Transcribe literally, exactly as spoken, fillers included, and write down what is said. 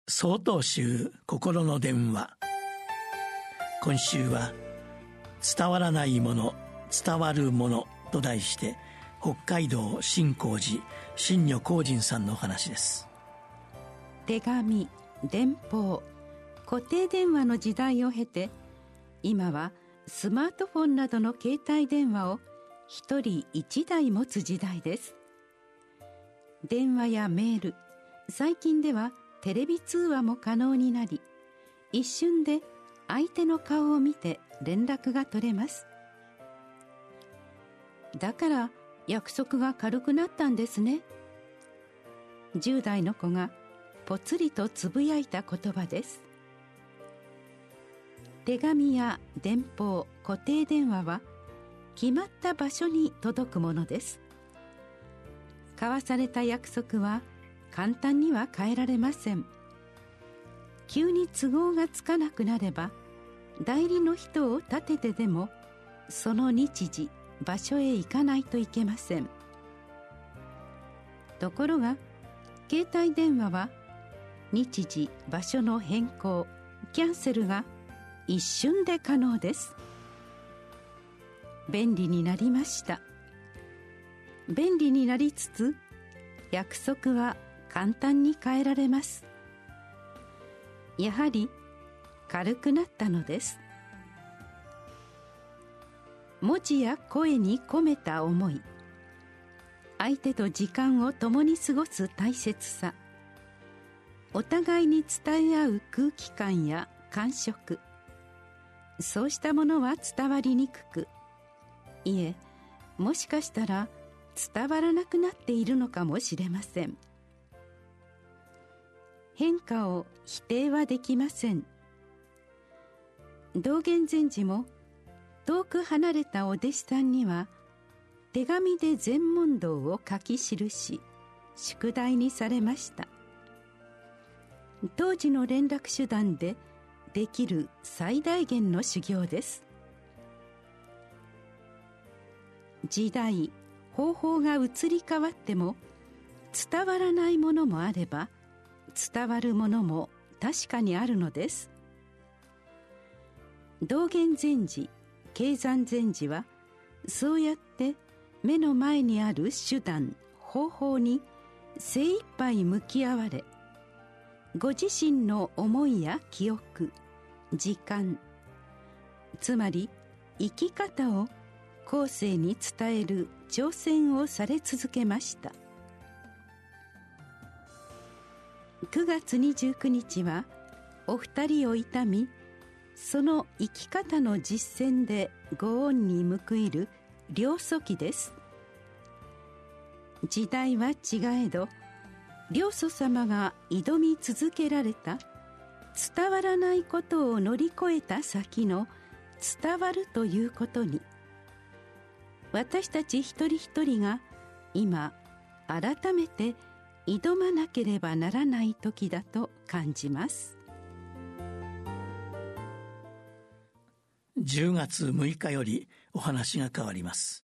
曹洞宗心の電話。今週は伝わらないもの、伝わるものと題して、北海道新光寺新女光人さんのお話です。 手紙、電報、固定電話の時代を経て、今はスマートフォンなどの携帯電話を一人一台持つ時代です。電話やメール、最近ではテレビ通話も可能になり、一瞬で相手の顔を見て連絡が取れます。だから約束が軽くなったんですね。じゅう代の子がぽつりとつぶやいた言葉です。手紙や電報、固定電話は決まった場所に届くものです。交わされた約束は簡単には変えられません。急に都合がつかなくなれば、代理の人を立ててでもその日時、場所へ行かないといけません。ところが携帯電話は日時、場所の変更、キャンセルが一瞬で可能です。便利になりました。便利になりつつ、約束は簡単に変えられます。やはり軽くなったのです。文字や声に込めた思い、相手と時間を共に過ごす大切さ、お互いに伝え合う空気感や感触、そうしたものは伝わりにくく、いえ、もしかしたら伝わらなくなっているのかもしれません。変化を否定はできません。道元禅師も遠く離れたお弟子さんには手紙で禅問答を書き記し、宿題にされました。当時の連絡手段でできる最大限の修行です。時代、方法が移り変わっても伝わらないものもあれば、伝わるものも確かにあるのです。道元禅師、恵山禅師はそうやって目の前にある手段、方法に精一杯向き合われ、ご自身の思いや記憶、時間、つまり生き方を後世に伝える挑戦をされ続けました。くがつにじゅうくにちはお二人を悼み、その生き方の実践でご恩に報いる両祖期です。時代は違えど、両祖様が挑み続けられた伝わらないことを乗り越えた先の伝わるということに、私たち一人一人が今改めて挑まなければならない時だと感じます。 じゅうがつむいかよりお話が変わります。